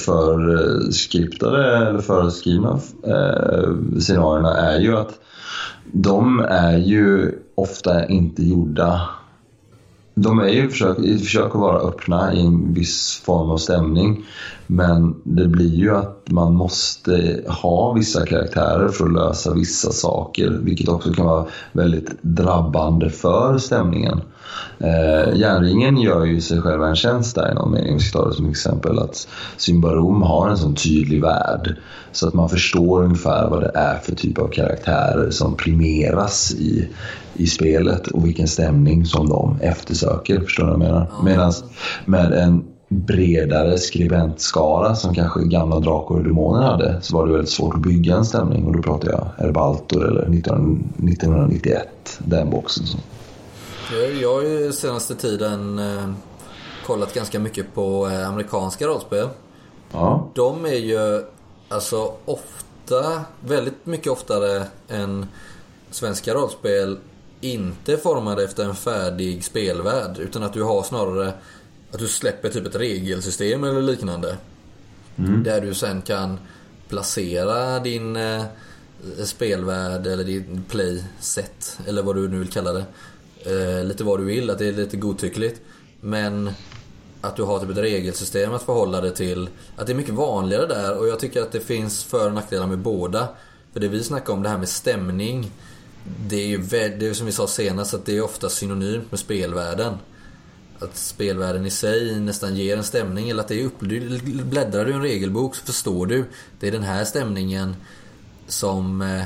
förskriptade eller föreskrivna scenarierna, är ju att de är ju ofta inte gjorda. De är ju försök att vara öppna i en viss form av stämning, men det blir ju att man måste ha vissa karaktärer för att lösa vissa saker, vilket också kan vara väldigt drabbande för stämningen. Järnringen gör ju sig själv en tjänst där i någon mening. Vi ska ta det som exempel att Symbaroum har en sån tydlig värld så att man förstår ungefär vad det är för typ av karaktärer som primeras i spelet och vilken stämning som de eftersöker, förstår du vad jag menar? Medan med en bredare skribentskara som kanske gamla Drakar och Demoner hade, så var det väldigt svårt att bygga en stämning, och då pratar jag Erbaltor eller 1991, den boxen. Så. Jag har ju senaste tiden kollat ganska mycket på amerikanska rollspel. Ja. De är ju alltså ofta, väldigt mycket oftare än svenska rollspel, inte formade efter en färdig spelvärld, utan att du har snarare att du släpper typ ett regelsystem eller liknande. Där du sen kan placera din spelvärld eller din playset eller vad du nu vill kalla det. Lite vad du vill, att det är lite godtyckligt, men att du har typ ett regelsystem att förhålla dig till, att det är mycket vanligare där. Och jag tycker att det finns för- och nackdelar med båda. För det vi snackar om, det här med stämning, det är ju det är som vi sa senast, att det är ofta synonymt med spelvärlden. Att spelvärlden i sig nästan ger en stämning, eller att det är bläddrar du en regelbok så förstår du, det är den här stämningen som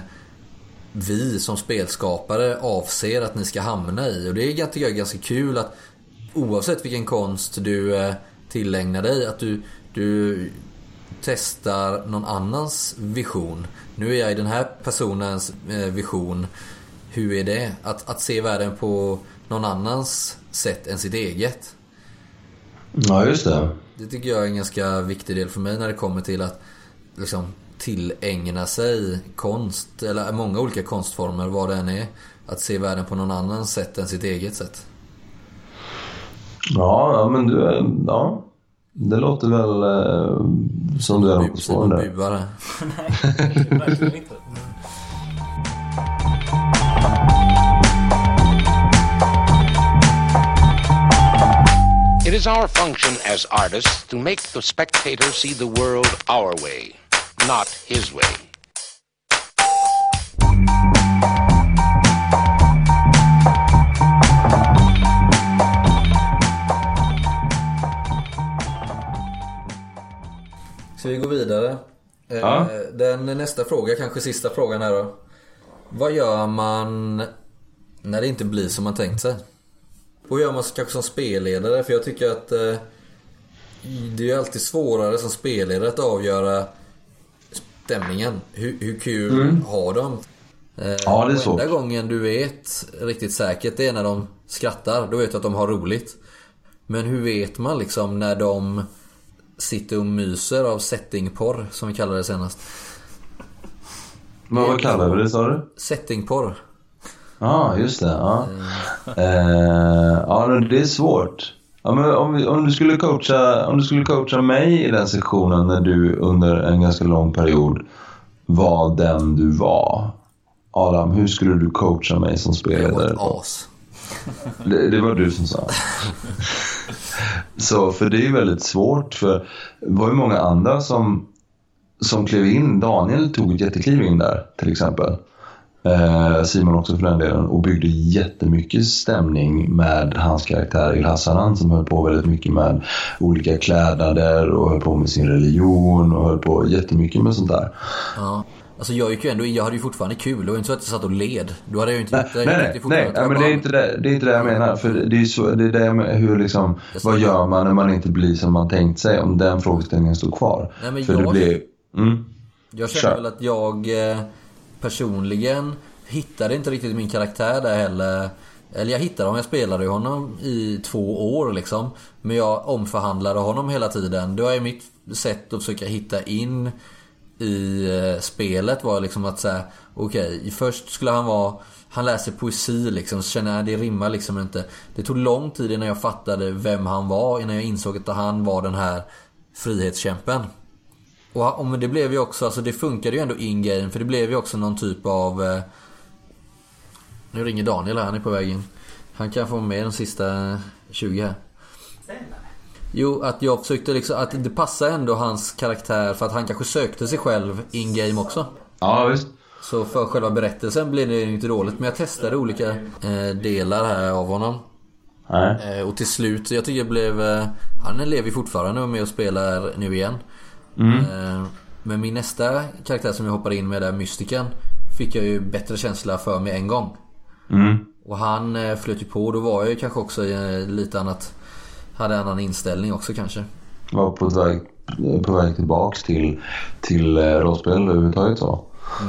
vi som spelskapare avser att ni ska hamna i. Och det är ganska kul att oavsett vilken konst du tillägnar dig, att du testar någon annans vision. Nu är jag i den här personens vision. Hur är det? Att se världen på någon annans sätt än sitt eget. Ja, just det. Det tycker jag är en ganska viktig del för mig när det kommer till att liksom tillägna sig konst, eller många olika konstformer, vad det än är. Att se världen på någon annans sätt än sitt eget sätt. Ja, men ja, det låter väl som du är på spåren där. Nej, verkligen inte. It is our function as artists to make the spectator see the world our way, not his way. Så vi går vidare. Ja. Den nästa fråga, kanske sista frågan här då. Vad gör man när det inte blir som man tänkt sig? Vad gör man kanske som spelledare? För jag tycker att det är alltid svårare som spelledare att avgöra stämningen. Hur kul har de? Ja, det är så. Enda gången du vet riktigt säkert, det är när de skrattar. Då vet du att de har roligt. Men hur vet man liksom när de sitter och myser av settingporr, som vi kallade det senast? Men vad kallar vi det, sa du? Settingporr. Ja, just det. Ja, ja, det är svårt. Ja, men om du skulle coacha mig i den sektionen när du under en ganska lång period var den du var, Adam, hur skulle du coacha mig som spelledare? Jag var ett as. Det var du som sa. Så för det är ju väldigt svårt, för det var ju många andra som klev in. Daniel tog ett jättekliv in där till exempel. Simon också för den delen, och byggde jättemycket stämning med hans karaktär Ilhassanan, som höll på väldigt mycket med olika klädnader och höll på med sin religion och höll på jättemycket med sånt där. Ja. Alltså jag gick ju ändå, jag hade ju fortfarande kul. Det var inte så att jag satt och led. Då hade jag ju inte Nej, men det är inte det jag menar. För det är så, det är det med hur liksom, vad gör man när man inte blir som man tänkt sig, om den frågeställningen står kvar. Nej, men för det blir jag känner väl att jag personligen hittade inte riktigt min karaktär där heller. Eller jag hittade honom, jag spelade ju honom i 2 år liksom. Men jag omförhandlade honom hela tiden. Det var ju mitt sätt att försöka hitta in i spelet, var liksom att säga okej, först skulle han vara han läser poesi liksom, så känner jag det rimmar liksom inte. Det tog lång tid innan jag fattade vem han var, innan jag insåg att han var den här frihetskämpen. Och det blev ju också, alltså det funkade ju ändå in-game, för det blev ju också någon typ av nu ringer Daniel här, han är på väg in. Han kan få med de sista 20 här. Jo, att jag försökte liksom, att det passar ändå hans karaktär, för att han kanske sökte sig själv in-game också. Ja, visst. Så för själva berättelsen blev det inte dåligt. Men jag testade olika delar här av honom. Och till slut, jag tycker jag blev han lever fortfarande och med och spelar nu igen. Men min nästa karaktär som jag hoppade in med där, Mystiken, fick jag ju bättre känsla för med en gång. Och han flöt ju på. Då var jag ju kanske också lite annat, hade en annan inställning också kanske. Var på väg tillbaks till rollspel överhuvudtaget så.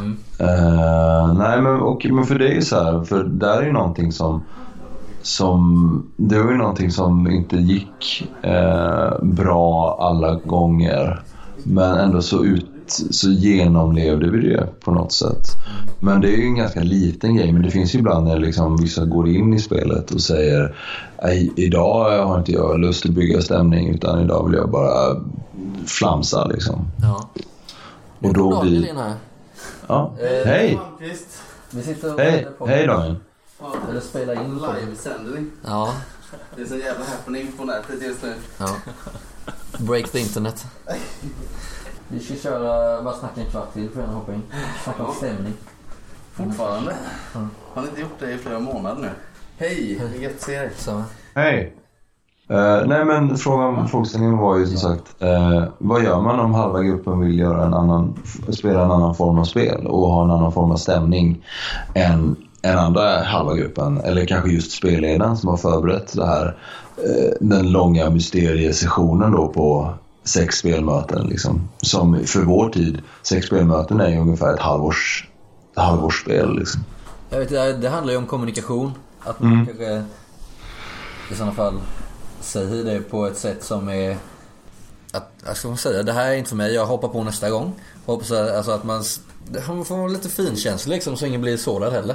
Nej men för det är så här, för där är ju någonting som det var ju någonting som inte gick bra alla gånger, men ändå så genomlevde vi det på något sätt. Men det är ju en ganska liten grej, men det finns ju ibland när liksom vissa går in i spelet och säger idag har inte jag lust att bygga stämning, utan idag vill jag bara flamsa liksom. Ja. Och då blir här. Ja. Hej. Vi sitter och Hej Daniel. Eller spela in live-sändning. Ja. Det är så jävla happening på nätet just nu. Ja. Break the internet. Vi ska köra, bara snacka en kvart till för att hoppa in. Snacka om stämning. Fortfarande? Har ni inte gjort det i flera månader nu? Hej, det är gött att se dig. Hej. Nej men frågeställningen var ju som sagt, vad gör man om halva gruppen vill spela en annan form av spel och ha en annan form av stämning än andra halva gruppen, eller kanske just spelledaren som har förberett det här, den långa mysteriesessionen då på 6 spelmöten liksom, som för vår tid 6 spelmöten är ju ungefär ett halvårsspel liksom. Jag vet, det handlar ju om kommunikation, att man kanske i sådana fall säger det på ett sätt som är att, jag ska säga, det här är inte för mig, jag hoppar på nästa gång. Hoppas alltså att man får vara lite finkänslig liksom, så ingen blir sårad heller.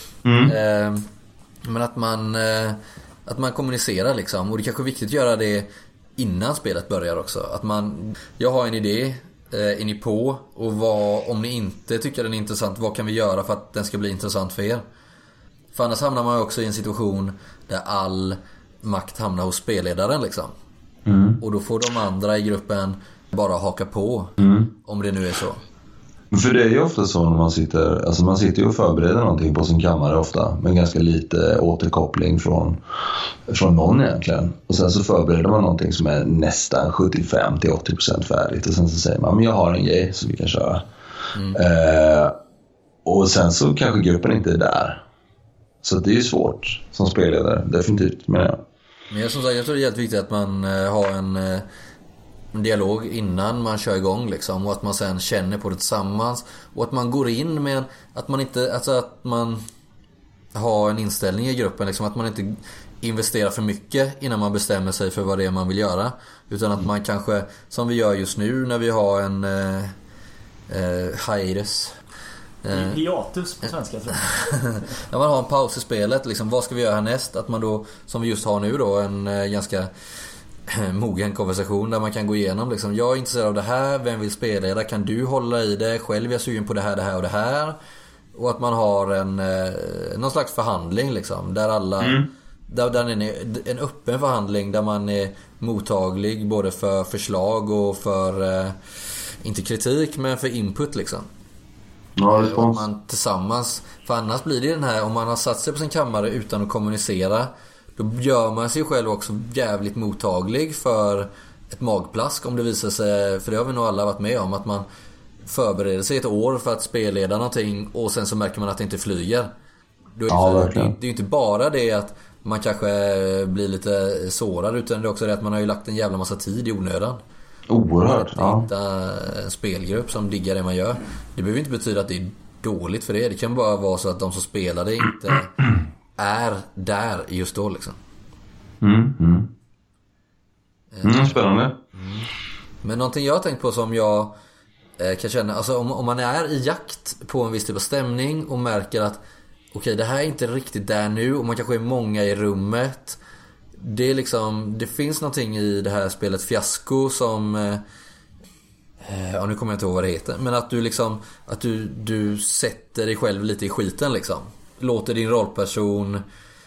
Men att man kommunicerar liksom, och det är kanske är viktigt att göra det innan spelet börjar också. Att jag har en idé, är ni på? Och om ni inte tycker den är intressant, vad kan vi göra för att den ska bli intressant för er? För annars hamnar man också i en situation där all makt hamnar hos spelledaren liksom. Och då får de andra i gruppen bara haka på, om det nu är så. För det är ju ofta så när man sitter ju och förbereder någonting på sin kammare ofta, med ganska lite återkoppling från någon egentligen. Och sen så förbereder man någonting som är nästan 75-80% färdigt, och sen så säger man, men jag har en grej som vi kan köra. Och sen så kanske gruppen inte är där. Så det är ju svårt som spelledare, definitivt, menar jag. Men jag tror det är helt viktigt att man har en dialog innan man kör igång liksom, och att man sen känner på det tillsammans, och att man går in med att man inte, alltså att man har en inställning i gruppen liksom, att man inte investerar för mycket innan man bestämmer sig för vad det är man vill göra, utan att man kanske, som vi gör just nu när vi har en hiatus på svenska tror jag. När man har en paus i spelet liksom, vad ska vi göra härnäst? Att man då, som vi just har nu då, en ganska mogen konversation där man kan gå igenom liksom, jag är intresserad av det här, vem vill spela det? Kan du hålla i det? Själv är jag sugen på det här och det här. Och att man har någon slags förhandling liksom, där alla där är en öppen förhandling där man är mottaglig både för förslag och för inte kritik, men för input liksom. Ja, och man tillsammans, för annars blir det den här, om man har satt sig på sin kammare utan att kommunicera, då gör man sig själv också jävligt mottaglig för ett magplask om det visar sig, för det har vi nog alla varit med om, att man förbereder sig ett år för att spelleda någonting och sen så märker man att det inte flyger. Då är det är ju inte bara det att man kanske blir lite sårad, utan det är också det att man har ju lagt en jävla massa tid i onödan. Oerhört, ja. Hitta en spelgrupp som diggar det man gör. Det behöver inte betyda att det är dåligt för det. Det kan bara vara så att de som spelar det inte är där just då liksom. Spännande. Men någonting jag har tänkt på som jag kan känna, alltså om man är i jakt på en viss typ av stämning och märker att okej, det här är inte riktigt där nu, och man kanske är många i rummet. Det är liksom, det finns någonting i det här spelet Fiasko som nu kommer jag inte ihåg vad det heter, men att du liksom, att du sätter dig själv lite i skiten liksom. Låter din rollperson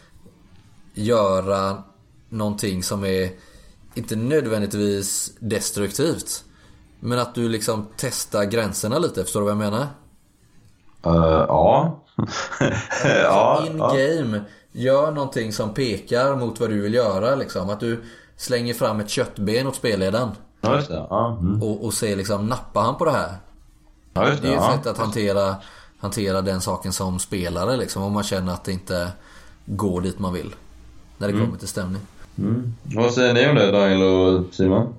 göra någonting som är inte nödvändigtvis destruktivt, men att du liksom testar gränserna lite, förstår du vad jag menar? Ja. In-game, gör någonting som pekar mot vad du vill göra liksom. Att du slänger fram ett köttben åt spelledaren. Ja, just det. Ja. Och ser liksom, nappar han på det här? Ja, just det. Det är ju ett sätt att hantera den saken som spelare liksom, om man känner att det inte går dit man vill när det kommer till stämning. Vad säger ni om det, Daniel och Simon?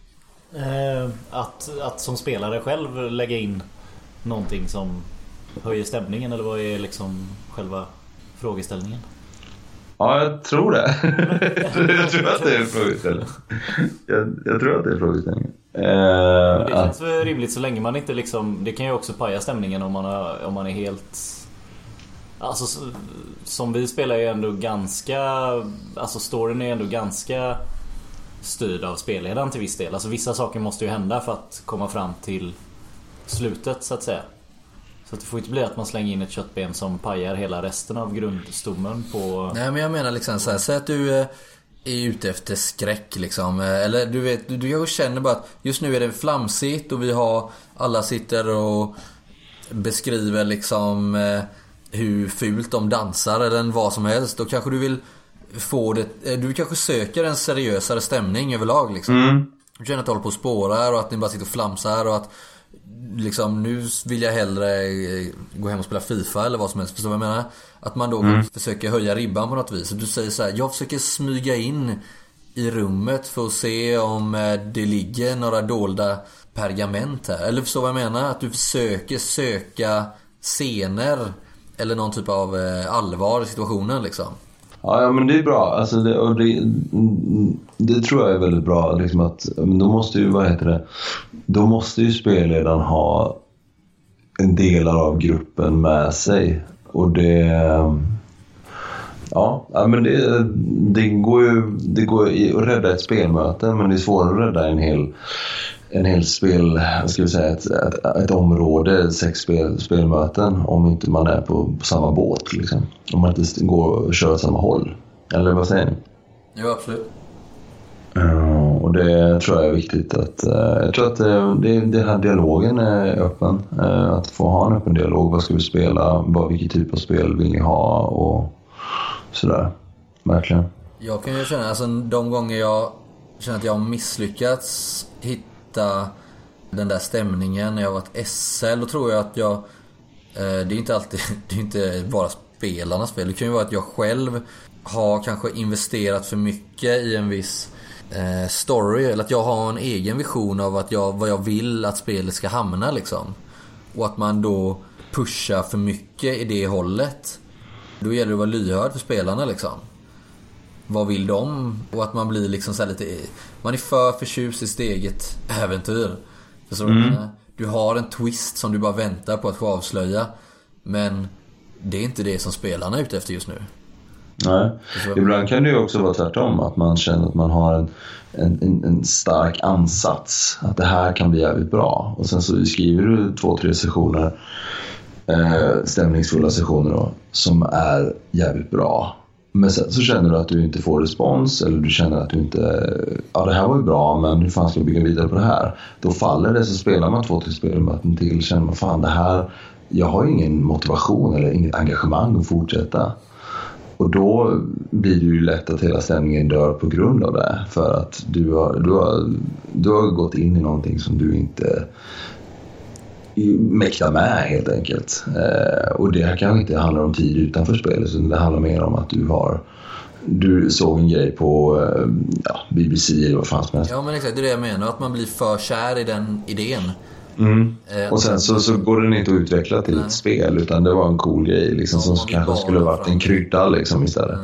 Att som spelare själv lägga in någonting som höjer stämningen, eller vad är liksom själva frågeställningen? Ja, jag tror det. Jag tror att det är en frågeställning. Jag tror att det är frågeställningen. Det känns väl rimligt så länge man inte liksom, det kan ju också paja stämningen om man är helt, alltså som vi spelar är ju ändå ganska, alltså storyn är ändå ganska styrd av spelledaren till viss del. Alltså vissa saker måste ju hända för att komma fram till slutet så att säga. Så att det får inte bli att man slänger in ett köttben som pajar hela resten av grundstommen på... Nej, men jag menar liksom så här, säg att du är ute efter skräck liksom, eller du vet, du känner bara att just nu är det flamsigt och vi har, alla sitter och beskriver liksom hur fult de dansar eller vad som helst. Då kanske du vill få det, du kanske söker en seriösare stämning överlag liksom. Du känner att du håller på och spårar och att ni bara sitter och flamsar och att liksom, nu vill jag hellre gå hem och spela FIFA eller vad som helst, förstår vad jag menar? Att man då försöker höja ribban på något vis. Du säger så här, jag försöker smyga in i rummet för att se om det ligger några dolda pergament här. Eller förstår vad jag menar? Att du försöker söka scener eller någon typ av allvar i situationen liksom. Ja, men det är bra. Alltså det tror jag är väldigt bra liksom, att då måste ju, då måste ju spelledaren ha en del av gruppen med sig, och det men det går ju att rädda ett spelmöte, men det är svårare att rädda en hel spel, ska vi säga, ett område, 6 spelmöten, om inte man är på samma båt liksom. Om man inte går och kör åt samma håll. Eller vad säger ni? Jo, absolut. Och det tror jag är viktigt att jag tror att det här dialogen är öppen, att få ha en öppen dialog. Vad ska vi spela? Vilken typ av spel vill ni ha? Och sådär. Verkligen. Jag kan ju känna, alltså de gånger jag känner att jag har misslyckats hitta den där stämningen när jag har varit SL, då tror jag att jag det är inte alltid, det är inte bara spelarnas fel. Det kan ju vara att jag själv har kanske investerat för mycket i en viss story, eller att jag har en egen vision av vad jag vill att spelet ska hamna liksom. Och att man då pushar för mycket i det hållet. Då gäller det att vara lyhörd för spelarna liksom. Vad vill de? Och att man blir liksom så här lite, man är för förtjust i sitt eget äventyr. Förstår du? Du har en twist som du bara väntar på att få avslöja, men det är inte det som spelarna är ute efter just nu. Nej, ibland kan det ju också vara tvärtom, att man känner att man har en stark ansats, att det här kan bli jävligt bra, och sen så skriver du 2-3 sessioner, stämningsfulla sessioner då, som är jävligt bra, men sen så känner du att du inte får respons, eller du känner att du inte, det här var ju bra, men hur fan ska jag bygga vidare på det här? Då faller det, så spelar man 2-3 spelmöten till, känner man fan det här, jag har ju ingen motivation eller inget engagemang att fortsätta. Och då blir det ju lätt att hela stämningen dör på grund av det. För att du har gått in i någonting som du inte mäktar med helt enkelt. Och det här kanske inte handlar om tid utanför spelet, utan det handlar mer om att du såg en grej på BBC eller vad fan som helst. Ja, men exakt, det är det jag menar, att man blir för kär i den idén. Och sen så går den inte att utveckla till ett spel, utan det var en cool grej liksom, som kanske skulle varit en krydda liksom istället.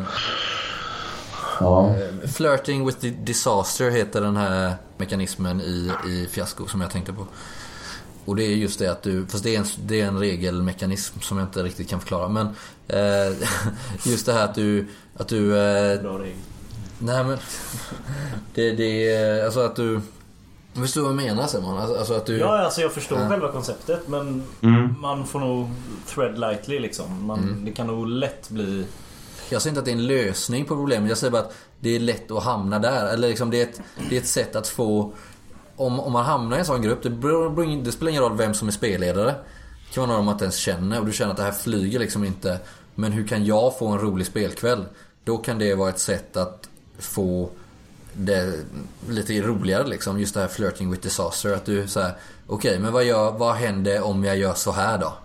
Flirting with the disaster heter den här mekanismen i Fiasko som jag tänkte på. Och det är just det att du, fast det är en regelmekanism som jag inte riktigt kan förklara, men just det här att du Bra regel. nej men det är alltså att du förstår vad jag menar, Simon, alltså att du alltså jag förstår själva konceptet, men man får nog tread lightly liksom. Det kan nog lätt bli. Jag säger inte att det är en lösning på problemet. Jag säger bara att det är lätt att hamna där. Eller liksom det är ett sätt att få. Om man hamnar i en sån grupp, det spelar ingen roll vem som är spelledare. Det kan vara någon man inte ens känner, och du känner att det här flyger liksom inte. Men hur kan jag få en rolig spelkväll? Då kan det vara ett sätt att få det lite roligare liksom. Just det här flirting with disaster. Att du säger okej, men vad händer om jag gör så här då?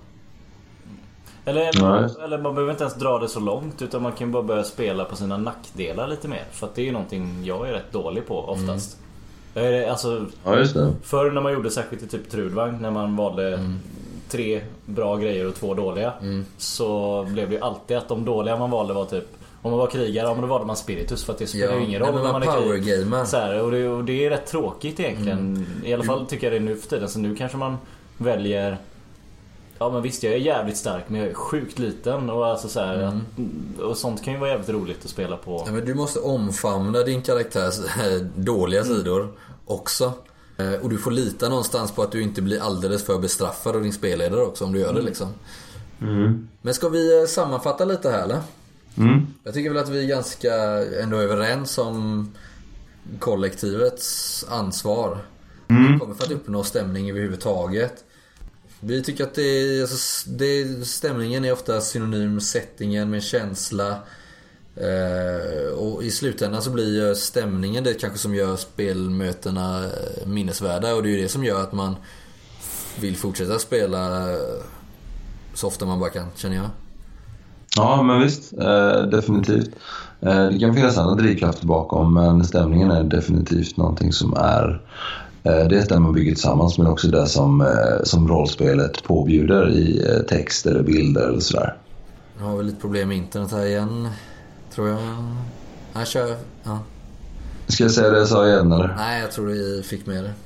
Eller man behöver inte ens dra det så långt, utan man kan bara börja spela på sina nackdelar lite mer. För att det är ju någonting jag är rätt dålig på oftast. Alltså, just det. Förr när man gjorde särskilt i typ Trudvang, när man valde 3 bra grejer och 2 dåliga, så blev det ju alltid att de dåliga man valde var typ, om man var krigare, då valde man Spiritus, för att det spelar ju ingen roll när man är krig. Så här, och det är rätt tråkigt egentligen. I alla fall tycker jag det är nu för tiden. Så nu kanske man väljer, ja men visst, jag är jävligt stark, men jag är sjukt liten. Och alltså så här, och sånt kan ju vara jävligt roligt att spela på. Ja, men du måste omfamna din karaktärs dåliga sidor också. Och du får lita någonstans på att du inte blir alldeles för bestraffad av din spelledare också, om du gör det liksom. Men ska vi sammanfatta lite här, eller? Jag tycker väl att vi är ganska ändå överens om kollektivets ansvar. Det kommer för att uppnå stämning överhuvudtaget. Vi tycker att stämningen är ofta synonym med settingen, med känsla. Och i slutändan så blir stämningen det kanske som gör spelmötena minnesvärda. Och det är ju det som gör att man vill fortsätta spela så ofta man bara kan, känner jag. Ja, men visst, definitivt. Det kan finnas andra drivkrafter bakom, men stämningen är definitivt någonting som är det är det man bygger tillsammans, men också det som rollspelet påbjuder i text eller bilder eller sådär. Jag har väl lite problem med internet här igen, tror jag. Jag kör, ja. Ska jag säga det jag sa igen, eller? Nej, jag tror du fick med det.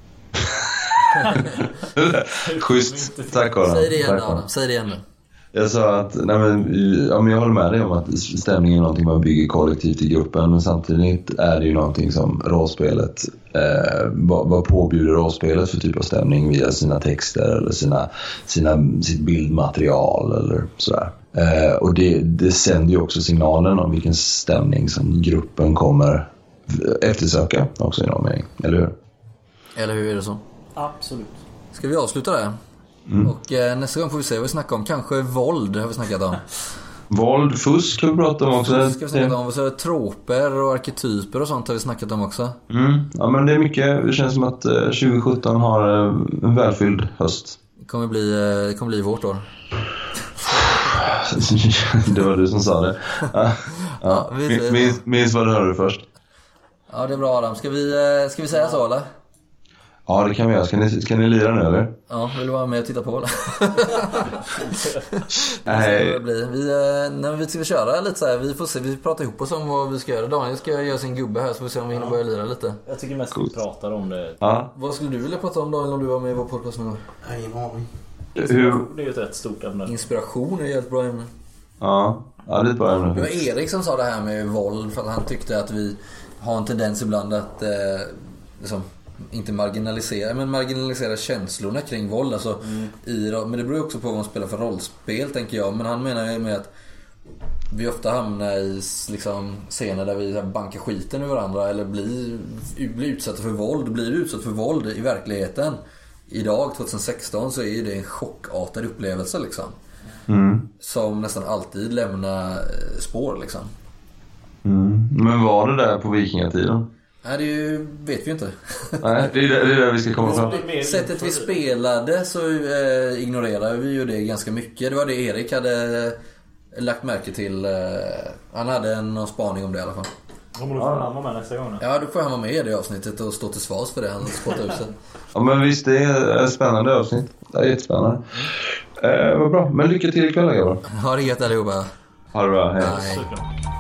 Schysst, tack Adam. Säg det igen, Adam. Säg det igen nu. Jag sa att men jag håller med dig om att stämningen är någonting man bygger kollektivt i gruppen, men samtidigt är det ju någonting som rollspelet vad påbjuder rollspelet för typ av stämning via sina texter eller sitt bildmaterial eller sådär. Och det sänder ju också signalen om vilken stämning som gruppen kommer eftersöka också i någon mening, eller hur? Eller hur är det så? Absolut. Ska vi avsluta det? Och nästa gång får vi se vad vi snackar om. Kanske våld har vi snackat om. Våld, fusk har vi pratat om också. Fusk har vi snackat om. Så troper och arketyper och sånt har vi snackat om också. Ja, men det är mycket. Det känns som att 2017 har en välfylld höst. Det kommer bli vårt år. Det var du som sa det. Ja. Minns vad du hörde först. Ja, det är bra, Adam. Ska vi säga så, eller? Ja, det kan vi göra. Ska ni lira nu, eller? Ja, vill du vara med och titta på, eller? Nej. Vi ska köra lite så här. Vi får se, vi pratar ihop oss om vad vi ska göra. Daniel ska göra sin gubbe här, så får vi se om vi hinner börja lira lite. Jag tycker mest vi pratar om det. Ja. Vad skulle du vilja prata om, Daniel, om du var med i vår podcast någon gång? Ingen aning. Inspiration är ju ett rätt stort ämne. Inspiration är ett jävligt bra ämne. Ja, det är ett bra ämne. Det var Erik som sa det här med våld, för att han tyckte att vi har en tendens ibland att liksom inte marginalisera känslorna kring våld, alltså, men det beror också på vad man spelar för rollspel, tänker jag. Men han menar ju med att vi ofta hamnar i liksom scener där vi bankar skiten ur varandra eller blir utsatta för våld. Blir du utsatt för våld i verkligheten idag, 2016, så är ju det en chockartad upplevelse liksom. Som nästan alltid lämnar spår liksom. Men var det där på vikingatiden? Nej, det vet vi inte. Nej, det är där vi ska komma fram. Sättet vi spelade så ignorerade vi ju det ganska mycket. Det var det Erik hade lagt märke till. Han hade någon spaning om det i alla fall. Kommer du få han med nästa gång? Ja, då får han vara med i det avsnittet och stå till svars för det han spottar ut sig. Ja, men visst, det är ett spännande avsnitt. Det är jättespännande. Vad bra, men lycka till ikväll, grabbar. Ha det gött allihopa. Ha det bra, hej. Hej.